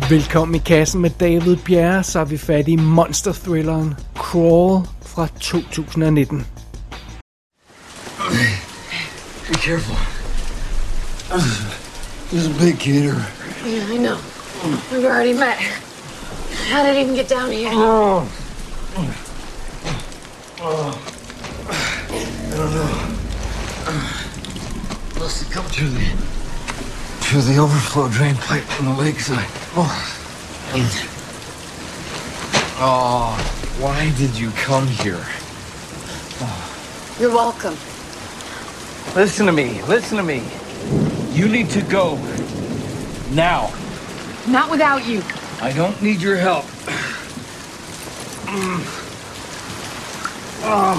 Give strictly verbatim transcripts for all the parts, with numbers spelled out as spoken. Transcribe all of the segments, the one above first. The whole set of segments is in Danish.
Velkommen i kassen med David Bjerre, så er vi fat i monster-thrilleren Crawl fra to tusind og nitten. Be careful. There's a big kid here. Yeah, I know. We've already met. How did it even get down here? Oh. Oh. I don't know. Must have come through the through the overflow drain pipe on the lakeside. Oh. Oh, why did you come here? Oh. You're welcome. Listen to me. Listen to me. You need to go now. Not without you. I don't need your help. Mm. Oh.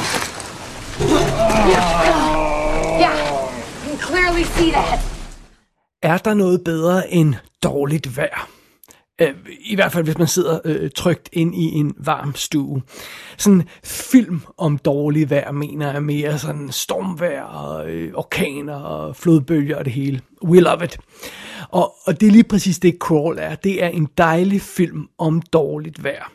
Yeah. Yeah. You can clearly see that. Er der noget bedre end dårligt vejr? I hvert fald, hvis man sidder øh, trygt ind i en varm stue. Sådan film om dårligt vejr, mener jeg mere sådan stormvejr og øh, orkaner og flodbølger og det hele. We love it. Og, og det er lige præcis det, Crawl er. Det er en dejlig film om dårligt vejr.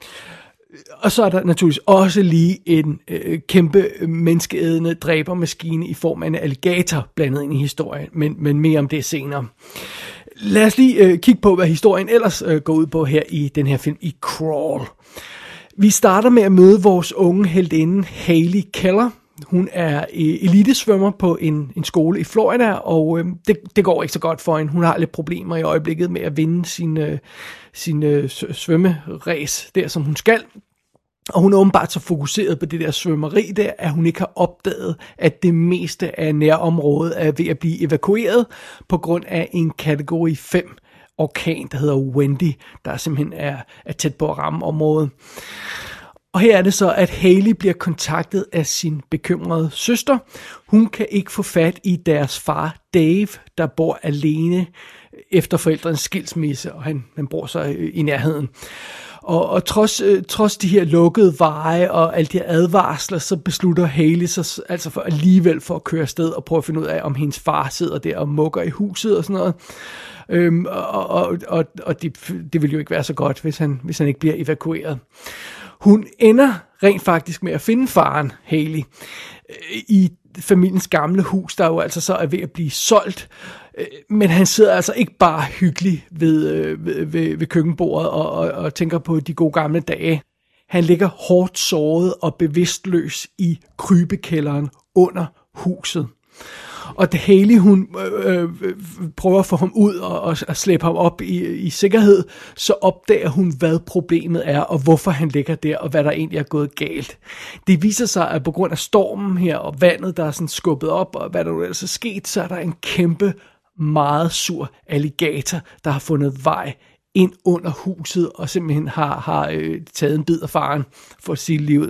Og så er der naturligvis også lige en øh, kæmpe menneskeædende dræbermaskine i form af en alligator blandet ind i historien, men, men mere om det senere. Lad os lige øh, kigge på, hvad historien ellers øh, går ud på her i den her film, i Crawl. Vi starter med at møde vores unge heltinde, Hayley Keller. Hun er øh, elitesvømmer på en, en skole i Florida, og øh, det, det går ikke så godt for hende. Hun har lidt problemer i øjeblikket med at vinde sin, øh, sin øh, svømmeræs der, som hun skal. Og hun er åbenbart så fokuseret på det der svømmeri der, at hun ikke har opdaget, at det meste af nærområdet er ved at blive evakueret på grund af en kategori fem orkan, der hedder Wendy, der simpelthen er, er tæt på at ramme området. Og her er det så, at Hayley bliver kontaktet af sin bekymrede søster. Hun kan ikke få fat i deres far Dave, der bor alene efter forældrenes skilsmisse, og han, han bor så i nærheden. Og, og trods, øh, trods de her lukkede veje og alle de her advarsler, så beslutter Hayley sig altså for alligevel for at køre afsted og prøve at finde ud af, om hendes far sidder der og mukker i huset og sådan noget. Øhm, og og, og, og det, det vil jo ikke være så godt, hvis han, hvis han ikke bliver evakueret. Hun ender rent faktisk med at finde faren, Hayley, i familiens gamle hus, der jo altså så er ved at blive solgt. Men han sidder altså ikke bare hyggelig ved, ved, ved, ved køkkenbordet og, og, og tænker på de gode gamle dage. Han ligger hårdt såret og bevidstløs i krybekælderen under huset. Og da Hayley, hun øh, øh, prøver at få ham ud og, og, og slæbe ham op i, i sikkerhed, så opdager hun, hvad problemet er, og hvorfor han ligger der, og hvad der egentlig er gået galt. Det viser sig, at på grund af stormen her, og vandet, der er sådan skubbet op, og hvad der nu ellers er sket, så er der en kæmpe, meget sur alligator, der har fundet vej ind under huset, og simpelthen har, har øh, taget en bid af faren for at sige livet.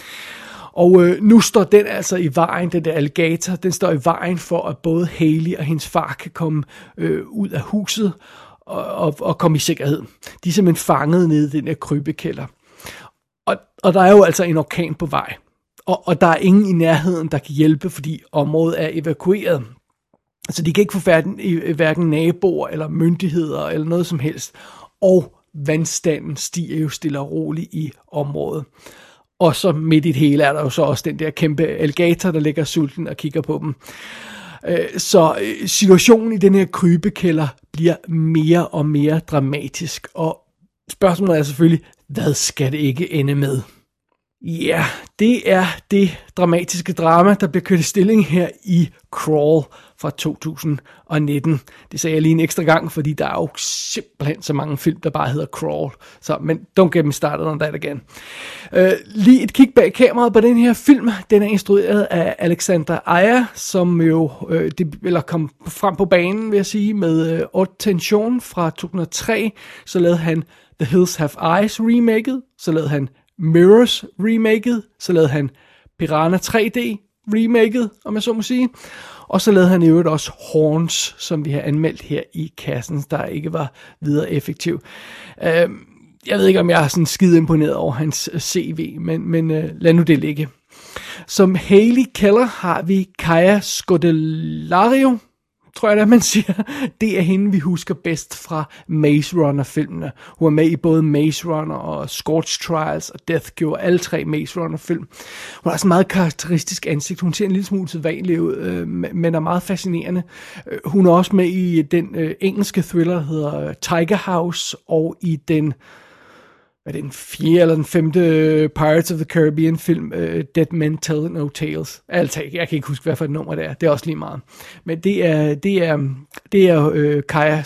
Og øh, nu står den altså i vejen, den der alligator, den står i vejen for, at både Hayley og hendes far kan komme øh, ud af huset og, og, og komme i sikkerhed. De er simpelthen fanget nede i den der krybekælder. Og, og der er jo altså en orkan på vej. Og, og der er ingen i nærheden, der kan hjælpe, fordi området er evakueret. Så de kan ikke få fat i hverken naboer eller myndigheder eller noget som helst. Og vandstanden stiger jo stille og roligt i området. Og så midt i det hele er der jo så også den der kæmpe alligator, der ligger sulten og kigger på dem. Så situationen i den her krybekælder bliver mere og mere dramatisk. Og spørgsmålet er selvfølgelig, hvad skal det ikke ende med? Ja, det er det dramatiske drama, der bliver kørt i stilling her i Crawl fra to tusind og nitten. Det sagde jeg lige en ekstra gang, fordi der er jo simpelthen så mange film, der bare hedder Crawl. Så, men don't get me started on that again. Uh, lige et kig bag kameraet på den her film. Den er instrueret af Alexander Aja, som jo uh, det, eller kom frem på banen, vil jeg sige, med uh, Haute Tension fra to tusind og tre. Så lavede han The Hills Have Eyes remaket. Så lavede han Mirrors remaket, så lavede han Piranha tre D remaket, om jeg så må sige, og så lavede han i øvrigt også Horns, som vi har anmeldt her i kassen, der ikke var videre effektiv. Uh, jeg ved ikke, om jeg er sådan skide imponeret over hans C V, men, men uh, lad nu det ligge. Som Hayley Keller har vi Kaya Scodelario, tror jeg da, man siger. Det er hende, vi husker bedst fra Maze Runner-filmene. Hun er med i både Maze Runner og Scorch Trials og Death Cure, alle tre Maze Runner-film. Hun har sådan en meget karakteristisk ansigt. Hun ser en lille smule sædvanlig ud, øh, men er meget fascinerende. Hun er også med i den øh, engelske thriller, der hedder Tiger House, og i den hvad er det, den fjerde eller den femte Pirates of the Caribbean film, uh, Dead Men Tell No Tales. Altså, jeg kan ikke huske, hvad for et nummer det er. Det er også lige meget. Men det er, det er, det er uh, Kaja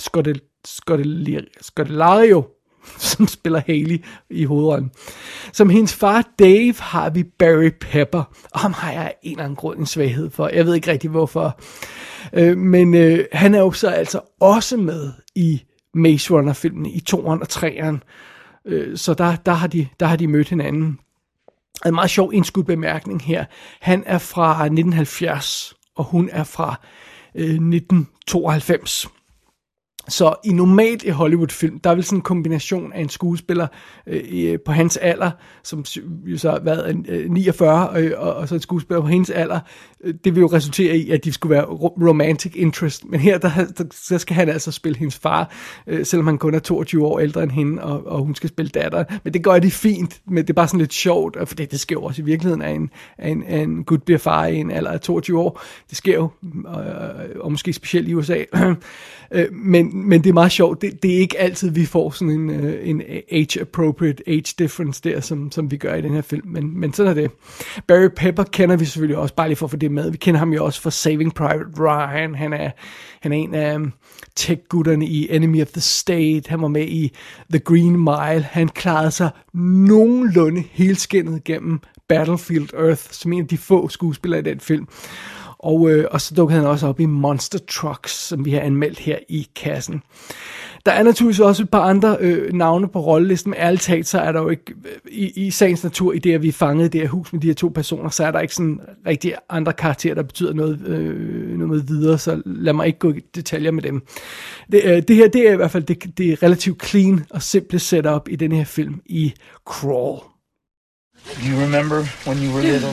Scodelario, som spiller Hayley i hovedrollen. Som hendes far Dave har vi Barry Pepper, og ham har jeg en eller anden grund en svaghed for. Jeg ved ikke rigtig hvorfor. Uh, men uh, han er jo så altså også med i Maze Runner-filmene, i toeren og treeren. Så der, der, har de, der har de mødt hinanden. En meget sjov indskudt bemærkning her. Han er fra nitten halvfjerds, og hun er fra øh, nitten tooghalvfems. Så i normalt i Hollywood-film, der er vel sådan en kombination af en skuespiller øh, på hans alder, som jo så har været øh, niogfyrre, øh, og, og så en skuespiller på hendes alder. Det vil jo resultere i, at de skulle være romantic interest. Men her, der, der, der skal han altså spille hendes far, øh, selvom han kun er toogtyve år ældre end hende, og, og hun skal spille datter. Men det gør de fint, men det er bare sådan lidt sjovt, for det, det sker jo også i virkeligheden, at en, en, en gut bliver far i en alder af toogtyve år. Det sker jo, og, og måske specielt i U S A. men, men det er meget sjovt. Det, det er ikke altid, vi får sådan en, en age-appropriate age difference der, som, som vi gør i den her film. Men, men sådan er det. Barry Pepper kender vi selvfølgelig også, bare lige for at få det med. Vi kender ham jo også fra Saving Private Ryan. Han er, han er en af um, tech-gutterne i Enemy of the State. Han var med i The Green Mile. Han klarede sig nogenlunde helskindet gennem Battlefield Earth, som en af de få skuespillere i den film. Og, øh, og så dukkede han også op i Monster Trucks, som vi har anmeldt her i kassen. Der er naturligvis også et par andre øh, navne på rollelisten, men ærligt talt, så er der jo ikke, øh, i, i sagens natur, i det at vi fangede det her hus med de her to personer, så er der ikke sådan rigtig andre karakterer, der betyder noget, øh, noget videre, så lad mig ikke gå i detaljer med dem. Det, øh, det her, det er i hvert fald det, det er relativt clean og simple setup i den her film i Crawl. You remember when you were little?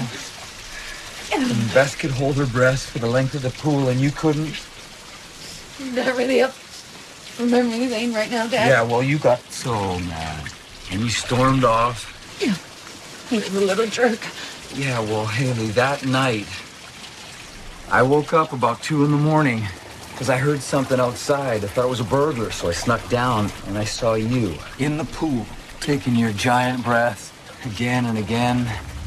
And Beth could hold her breath for the length of the pool and you couldn't? Not really up. Remember anything right now, Dad? Yeah, well, you got so mad. And you stormed off. Yeah. He was a little jerk. Yeah, well, Haley, that night, I woke up about two in the morning because I heard something outside. I thought it was a burglar, so I snuck down and I saw you in the pool, taking your giant breath again and again.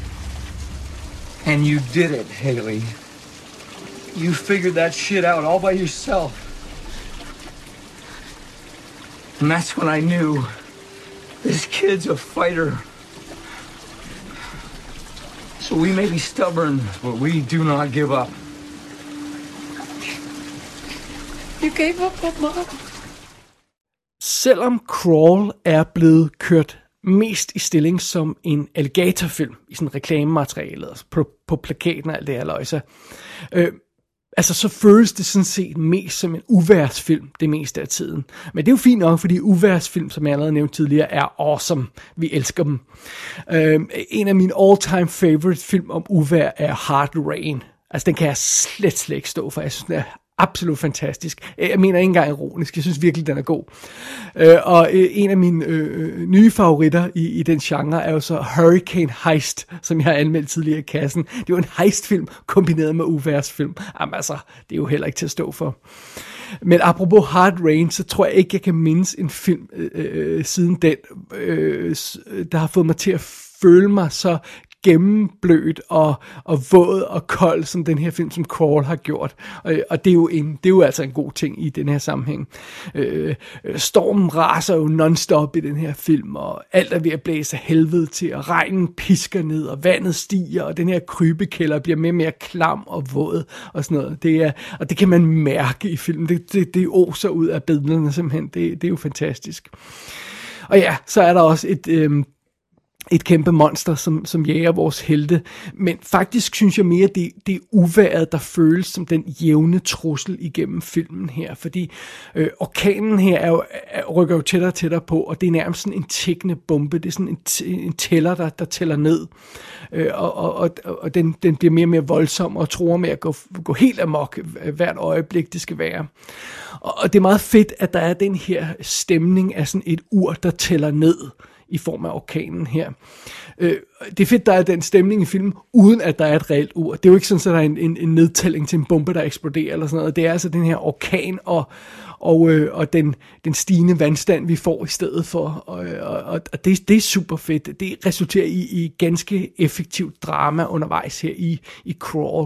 And you did it, Haley. You figured that shit out all by yourself. And that's when I knew this kid's a fighter. So we may be stubborn, but we do not give up. You gave up on Mom? Selvom Crawl er blevet kørt mest i stilling som en alligatorfilm i sådan reklamemateriale, altså på, på plakaten og alt det her løjse. Øh, altså så føles det sådan set mest som en uværsfilm det meste af tiden. Men det er jo fint nok, fordi uværsfilm, som jeg allerede nævnte tidligere, er awesome. Vi elsker dem. Øh, en af mine all-time favorite film om uvejr er Hard Rain. Altså den kan jeg slet, slet ikke stå for. Jeg synes, den er absolut fantastisk. Jeg mener ikke engang ironisk. Jeg synes virkelig, den er god. Øh, og øh, en af mine øh, nye favoritter i, i den genre er jo så Hurricane Heist, som jeg har anmeldt tidligere i kassen. Det er jo en heistfilm kombineret med uværsfilm. Jamen altså, det er jo heller ikke til at stå for. Men apropos Hard Rain, så tror jeg ikke, jeg kan mindes en film øh, siden den, øh, der har fået mig til at føle mig så gennemblødt og, og våd og kold, som den her film, som Crawl har gjort. Og, og det, er jo en, det er jo altså en god ting i den her sammenhæng. Øh, stormen raser jo non-stop i den her film, og alt er ved at blæse helvede til, og regnen pisker ned, og vandet stiger, og den her krybekælder bliver mere og mere klam og våd, og sådan noget. Det er, og det kan man mærke i filmen. Det, det, det oser ud af billederne simpelthen. Det, det er jo fantastisk. Og ja, så er der også et... Øh, et kæmpe monster, som, som jager vores helte. Men faktisk synes jeg mere, det, det er uværet, der føles som den jævne trussel igennem filmen her. Fordi øh, orkanen her er jo, er, rykker jo tættere og tættere på, og det er nærmest sådan en tikkende bombe. Det er sådan en, t- en tæller, der, der tæller ned. Øh, og og, og, og den, den bliver mere og mere voldsom og tror med at gå, gå helt amok hvert øjeblik, det skal være. Og, og det er meget fedt, at der er den her stemning af sådan et ur, der tæller ned i form af orkanen her. Øh, det er fedt, der er den stemning i filmen, uden at der er et reelt ur. Det er jo ikke sådan, at der er en, en, en nedtælling til en bombe, der eksploderer eller sådan noget. Det er altså den her orkan og, og, øh, og den, den stigende vandstand, vi får i stedet for. Og, og, og det, det er super fedt. Det resulterer i, i ganske effektivt drama undervejs her i, i Crawl.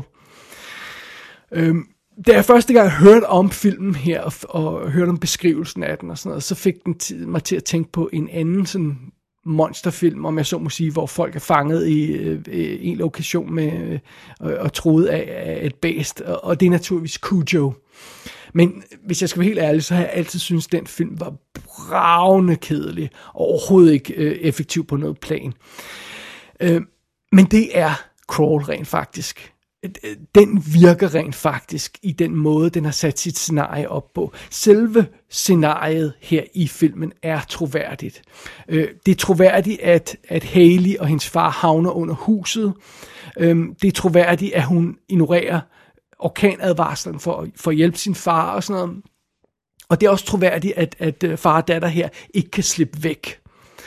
Øh, Da jeg første gang hørte om filmen her, og, og hørte om beskrivelsen af den og sådan noget, så fik den t- mig til at tænke på en anden sådan monsterfilm, om jeg så må sige, hvor folk er fanget i øh, en lokation med, øh, og, og troet af, af et bæst, og, og det er naturligvis Cujo. Men hvis jeg skal være helt ærlig, så har jeg altid syntes, at den film var bravende kedelig, og overhovedet ikke øh, effektiv på noget plan. Øh, men det er Crawl rent faktisk. Den virker rent faktisk i den måde, den har sat sit scenarie op på. Selve scenariet her i filmen er troværdigt. Det er troværdigt, at, at Hayley og hendes far havner under huset. Det er troværdigt, at hun ignorerer orkanadvarslen for, for at hjælpe sin far og sådan noget. Og det er også troværdigt, at, at far og datter her ikke kan slippe væk.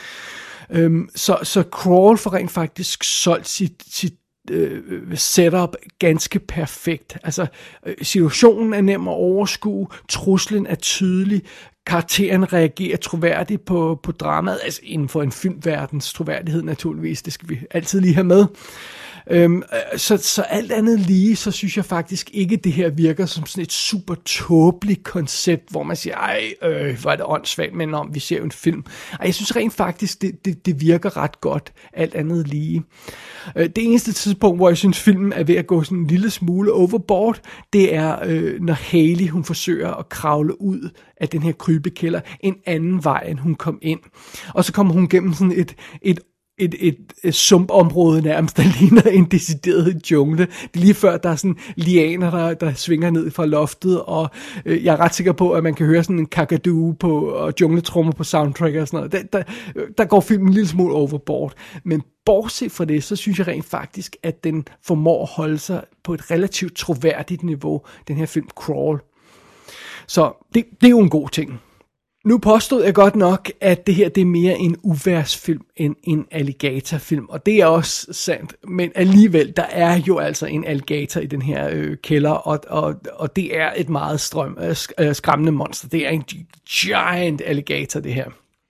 Så, så Crawl får rent faktisk solgt sit, sit setup ganske perfekt. Altså, situationen er nem at overskue, truslen er tydelig, karakteren reagerer troværdigt på, på dramaet, altså inden for en filmverdens troværdighed naturligvis, det skal vi altid lige have med. Øhm, så, så alt andet lige, så synes jeg faktisk ikke, det her virker som sådan et super tåbeligt koncept, hvor man siger, ej, øh, hvor er det åndssvagt, men om vi ser jo en film. Ej, jeg synes rent faktisk, det, det, det virker ret godt, alt andet lige. Øh, det eneste tidspunkt, hvor jeg synes, filmen er ved at gå sådan en lille smule overboard, det er, øh, når Hayley, hun forsøger at kravle ud af den her krybekælder en anden vej, end hun kom ind. Og så kommer hun gennem sådan et, et Et, et, et sumpområde nærmest, der ligner en decideret jungle. Det er lige før, der er sådan lianer, der, der svinger ned fra loftet, og øh, jeg er ret sikker på, at man kan høre sådan en kakadoo på, og jungletrummer på soundtrack og sådan noget. Der, der, der går filmen en lille smule overboard. Men bortset fra det, så synes jeg rent faktisk, at den formår at holde sig på et relativt troværdigt niveau, den her film Crawl. Så det, det er jo en god ting. Nu påstod jeg godt nok, at det her det er mere en uværsfilm end en alligatorfilm, og det er også sandt, men alligevel, der er jo altså en alligator i den her øh, kælder, og, og, og det er et meget strøm, øh, skræmmende monster. Det er en giant alligator, det her.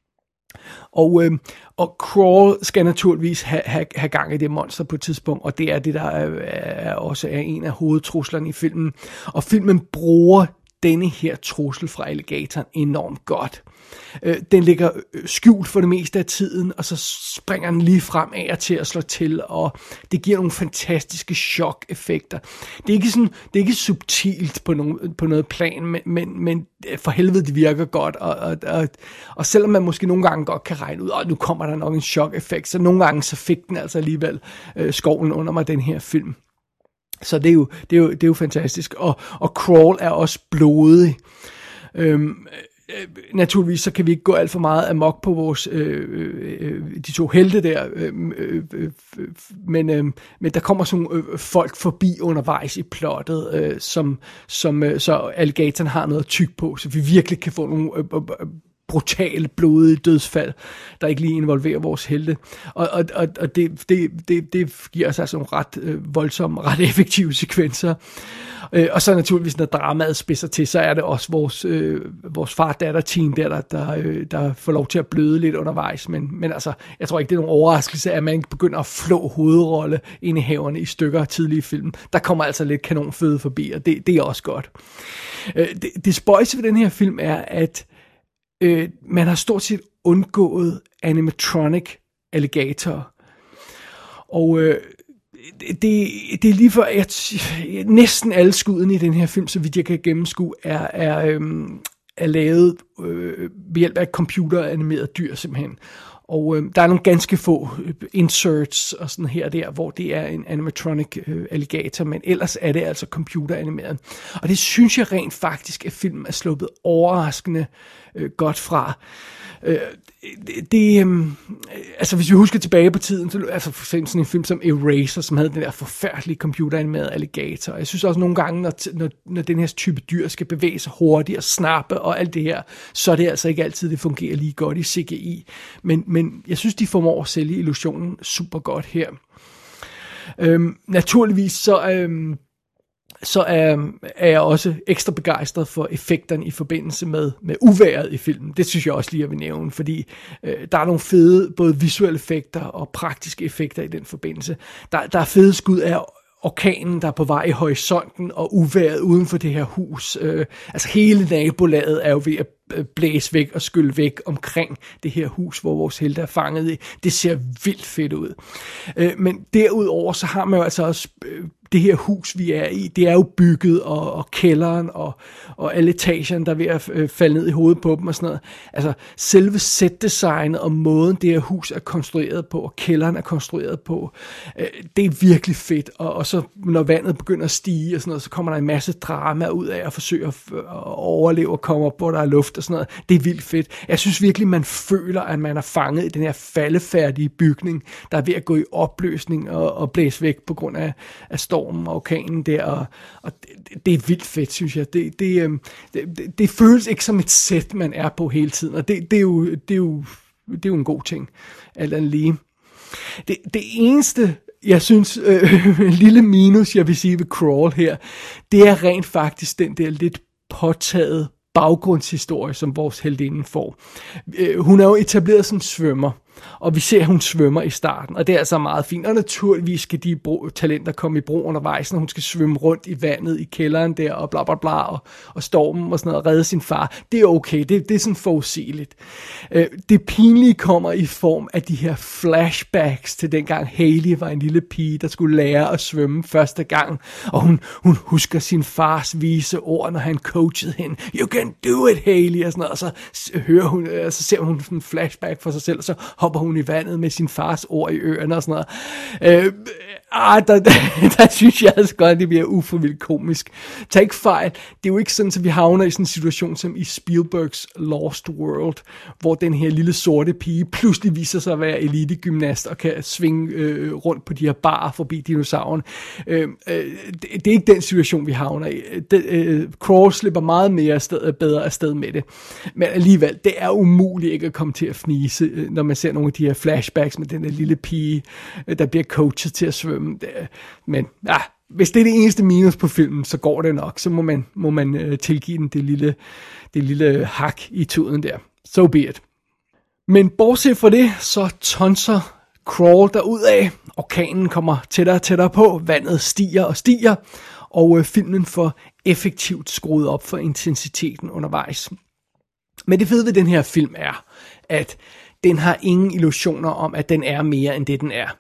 Og, øh, og Crawl skal naturligvis have, have, have gang i det monster på et tidspunkt, og det er det, der er, er også er en af hovedtruslerne i filmen. Og filmen bruger denne her trussel fra alligatoren enormt godt. Øh, den ligger skjult for det meste af tiden, og så springer den lige frem af og til at slå til, og det giver nogle fantastiske chok-effekter. Det er ikke sådan, det er ikke subtilt på, nogen, på noget plan, men, men, men for helvede, det virker godt, og, og, og, og selvom man måske nogle gange godt kan regne ud, at nu kommer der nok en chok-effekt, så nogle gange så fik den altså alligevel øh, skovlen under mig, den her film. Så det er jo, det er jo, det er jo fantastisk. Og, og Crawl er også blodig. Øhm, øh, naturligvis så kan vi ikke gå alt for meget amok på vores øh, øh, de to helte der, øh, øh, øh, men, øh, men der kommer sådan øh, folk forbi undervejs i plottet, øh, som, som øh, så alligatoren har noget at tygge på, så vi virkelig kan få nogle øh, øh, brutale, blodige dødsfald, der ikke lige involverer vores helte. Og, og, og, og det, det, det, det giver os altså nogle ret øh, voldsomme, ret effektive sekvenser. Øh, og så naturligvis, når dramaet spidser til, så er det også vores, øh, vores far-datter-team der, der, der, øh, der får lov til at bløde lidt undervejs. Men, men altså, jeg tror ikke, det er nogen overraskelse, at man ikke begynder at flå hovedrolle ind i haverne i stykker tidlige i filmen. Der kommer altså lidt kanonføde forbi, og det, det er også godt. Øh, det, det spøjse ved den her film er, at Øh, man har stort set undgået animatronic alligator. Og øh, det, det er lige for, at næsten alle skuddene i den her film, så vidt jeg kan gennemskue, er, er, øh, er lavet øh, ved hjælp af et computeranimeret dyr simpelthen. Og øh, der er nogle ganske få inserts og sådan her og der, hvor det er en animatronic øh, alligator, men ellers er det altså computeranimeret. Og det synes jeg rent faktisk, at filmen er sluppet overraskende øh, godt fra. Øh, det, det øh, altså hvis vi husker tilbage på tiden, så, altså for eksempel sådan en film som Eraser, som havde den der forfærdelige computeranimerede alligator. Jeg synes også nogle gange, når, når, når den her type dyr skal bevæge sig hurtigt og snappe og alt det her, så er det altså ikke altid, det fungerer lige godt i C G I. Men, men jeg synes, de formår at sælge illusionen super godt her. Øhm, naturligvis så... Øhm, så er, er jeg også ekstra begejstret for effekterne i forbindelse med, med uværet i filmen. Det synes jeg også lige, jeg vil nævne, fordi øh, der er nogle fede, både visuelle effekter og praktiske effekter i den forbindelse. Der, der er fede skud af orkanen, der er på vej i horisonten, og uværet uden for det her hus. Øh, altså hele nabolaget er jo ved at blæse væk og skylle væk omkring det her hus, hvor vores helte er fanget i. Det ser vildt fedt ud. Øh, men derudover, så har man jo altså også... Øh, det her hus, vi er i, det er jo bygget, og, og kælderen, og, og alle etagerne, der er ved at øh, falde ned i hovedet på dem og sådan noget. Altså, selve setdesignet og måden, det her hus er konstrueret på, og kælderen er konstrueret på, øh, det er virkelig fedt. Og, og så, når vandet begynder at stige og sådan noget, så kommer der en masse drama ud af at forsøge at, at overleve og komme op, hvor der er luft og sådan noget. Det er vildt fedt. Jeg synes virkelig, man føler, at man er fanget i den her faldefærdige bygning, der er ved at gå i opløsning og, og blæse væk på grund af, af stormen og orkanen der, og, og det, det er vildt fedt, synes jeg. Det, det, det, det, det føles ikke som et sæt, man er på hele tiden, og det, det, er, jo, det, er, jo, det er jo en god ting, alt andet lige. Det, det eneste, jeg synes, øh, en lille minus, jeg vil sige ved Crawl her, det er rent faktisk den der lidt påtaget baggrundshistorie, som vores heldinde får. Øh, hun er jo etableret som svømmer, og vi ser, at hun svømmer i starten, og det er altså meget fint. Og naturligvis skal de bro- talenter komme i brug undervejs, når hun skal svømme rundt i vandet i kælderen der, og bla bla bla, og, og stormen og sådan noget, og redde sin far. Det er okay, det, det er sådan forudsigeligt. Øh, det pinlige kommer i form af de her flashbacks til dengang Hayley var en lille pige, der skulle lære at svømme første gang, og hun, hun husker sin fars vise ord, når han coachede hende. You can do it, Hayley, og sådan noget, og så hører hun, og så ser hun sådan en flashback for sig selv, og så hopper hun i vandet med sin fars ord i ørerne og sådan noget. Øh, ah, der, der, der synes jeg altså godt, at det bliver uforvildt komisk. Tag ikke fejl. Det er jo ikke sådan, at vi havner i sådan en situation som i Spielbergs Lost World, hvor den her lille sorte pige pludselig viser sig at være elitegymnast og kan svinge øh, rundt på de her barer forbi dinosauren. Øh, øh, det, det er ikke den situation, vi havner i. Det, øh, Crawl slipper meget mere afsted, bedre afsted med det. Men alligevel, det er umuligt ikke at komme til at fnise, når man ser nogle af de her flashbacks med den der lille pige, der bliver coachet til at svømme. Men ja, hvis det er det eneste minus på filmen, så går det nok. Så må man, må man uh, tilgive den det lille, det lille hak i tuden der. So be it. Men bortset fra det, så tonser Crawl derudad. Orkanen kommer tættere og tættere på. Vandet stiger og stiger. Og uh, filmen får effektivt skruet op for intensiteten undervejs. Men det fede ved den her film er, at den har ingen illusioner om, at den er mere end det, den er.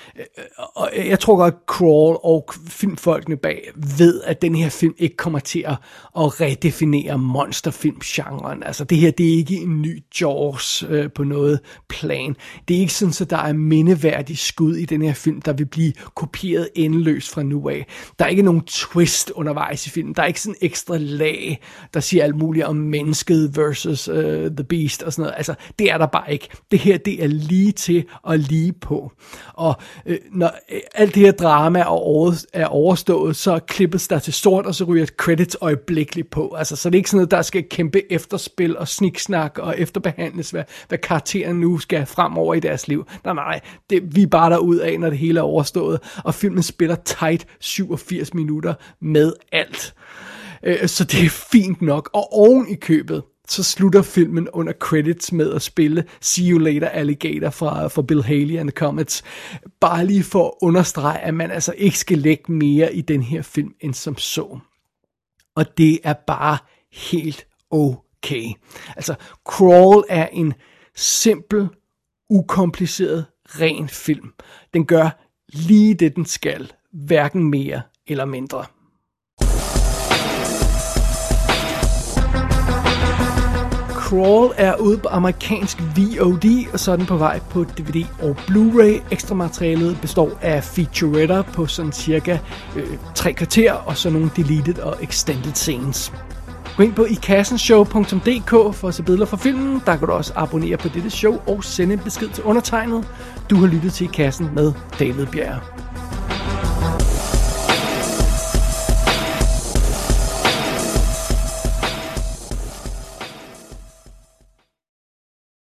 Og jeg tror godt, Crawl og filmfolkene bag ved, at den her film ikke kommer til at, at redefinere monsterfilmgenren. Altså det her, det er ikke en ny Jaws øh, på noget plan. Det er ikke sådan, at der er mindeværdig skud i den her film, der vil blive kopieret endeløst fra nu af. Der er ikke nogen twist undervejs i filmen. Der er ikke sådan en ekstra lag, der siger alt muligt om mennesket versus uh, The Beast og sådan noget. Altså det er der bare ikke. Det her, det er lige til og lige på. Og når alt det her drama er, over, er overstået, så klippes der til sort, og så ryger credits øjeblikkeligt på. Altså, så det er ikke sådan noget, der skal kæmpe efterspil og sniksnak og efterbehandles, hvad, hvad karakteren nu skal fremover i deres liv. Nej, nej, det, vi er bare derud af, når det hele er overstået, og filmen spiller tight syvogfirs minutter med alt. Så det er fint nok. Og oven i købet, så slutter filmen under credits med at spille See You Later Alligator fra, fra Bill Haley and the Comets. Bare lige for at understrege, at man altså ikke skal lægge mere i den her film end som så. Og det er bare helt okay. Altså, Crawl er en simpel, ukompliceret, ren film. Den gør lige det, den skal. Hverken mere eller mindre. Crawl er ude på amerikansk V O D, og så er den på vej på D V D og Blu-ray. Ekstra materialet består af featuretter på sådan cirka øh, tre kvarter, og så nogle deleted og extended scenes. Gå ind på ikassenshow punktum d k for at se billeder fra filmen. Der kan du også abonnere på dette show og sende en besked til undertegnet. Du har lyttet til I Kassen med David Bjerre.